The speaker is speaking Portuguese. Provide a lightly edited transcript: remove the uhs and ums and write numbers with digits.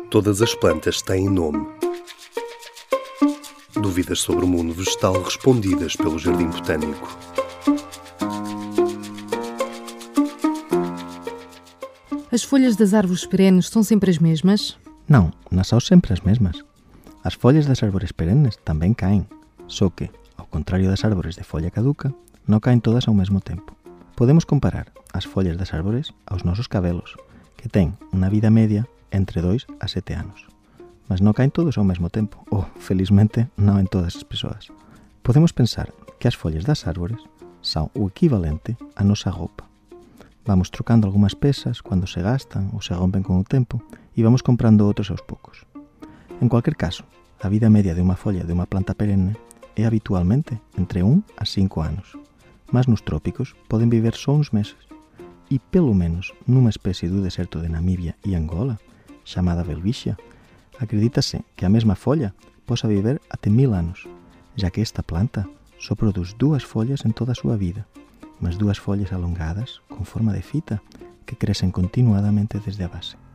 Todas as plantas têm nome. Dúvidas sobre o mundo vegetal respondidas pelo Jardim Botânico. As folhas das árvores perenes são sempre as mesmas? Non, non son sempre as mesmas. As follas das árbores perennes tamén caen, só que, ao contrario das árbores de folla caduca, non caen todas ao mesmo tempo. Podemos comparar as follas das árbores aos nosos cabelos, que ten unha vida media entre 2 a 7 anos. Mas non caen todos ao mesmo tempo, ou, felizmente, non en todas as persoas. Podemos pensar que as follas das árbores son o equivalente á nosa roupa. Vamos trocando algunhas pezas cando se gastan ou se rompen con o tempo e vamos comprando outros aos poucos. En cualquier caso, a vida media de unha folla de unha planta perenne é habitualmente entre 1 a 5 anos, mas nos trópicos poden viver só uns meses. E pelo menos nunha especie do deserto de Namibia e Angola, chamada Welwitschia, acredítase que a mesma folla posa viver até 1000 anos, já que esta planta só produz 2 follas en toda a súa vida, mas 2 follas alongadas con forma de fita que crecen continuadamente desde a base.